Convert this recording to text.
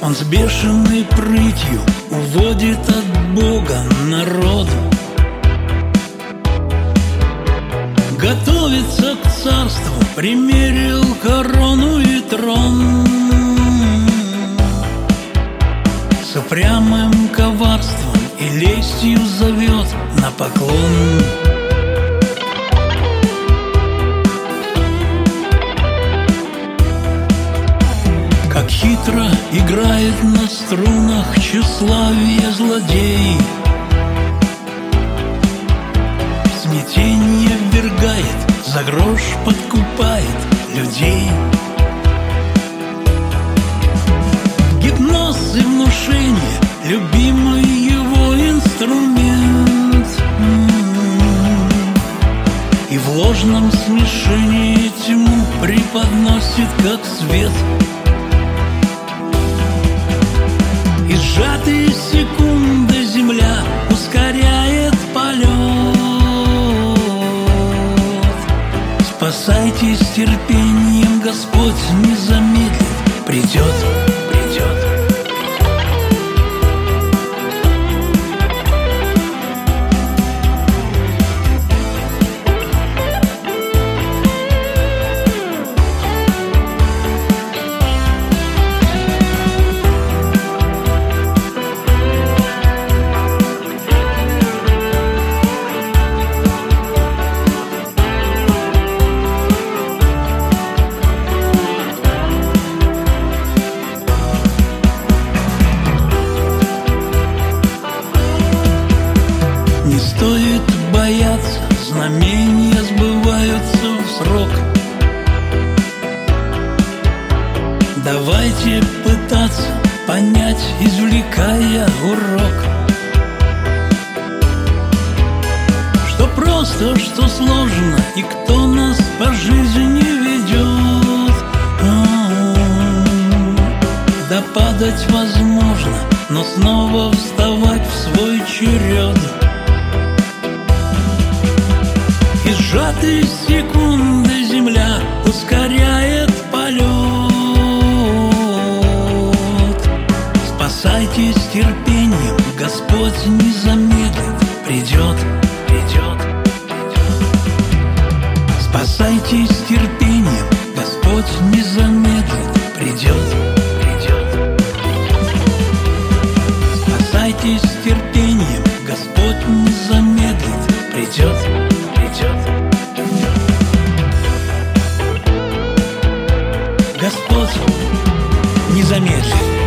Он с бешеной прытью уводит от Бога народ. Готовится к царству, примерил корону и трон. С упрямым коварством и лестью зовет на поклон. Как хитро играет на струнах тщеславие злодей, в смятение ввергает, за грош подкупает людей. Гипноз и внушение — любимый его инструмент. И в ложном смешении тьму преподносит как свет. И сжатые секунды земля ускоряет полет. Спасайтесь терпением, Господь не замедлит, придет. Не стоит бояться, знамения сбываются в срок. Давайте пытаться понять, извлекая урок. Что просто, что сложно, и кто нас по жизни ведет. Да падать возможно, но снова вставать в свой черед. И сжатые секунды земля ускоряет полет. Спасайтесь терпением, Господь не замедлит, придет. Спасайтесь терпением, Господь не замедлит, придет. Спасайтесь терпением, Господь не замедлит, придет. Господь не замедлит.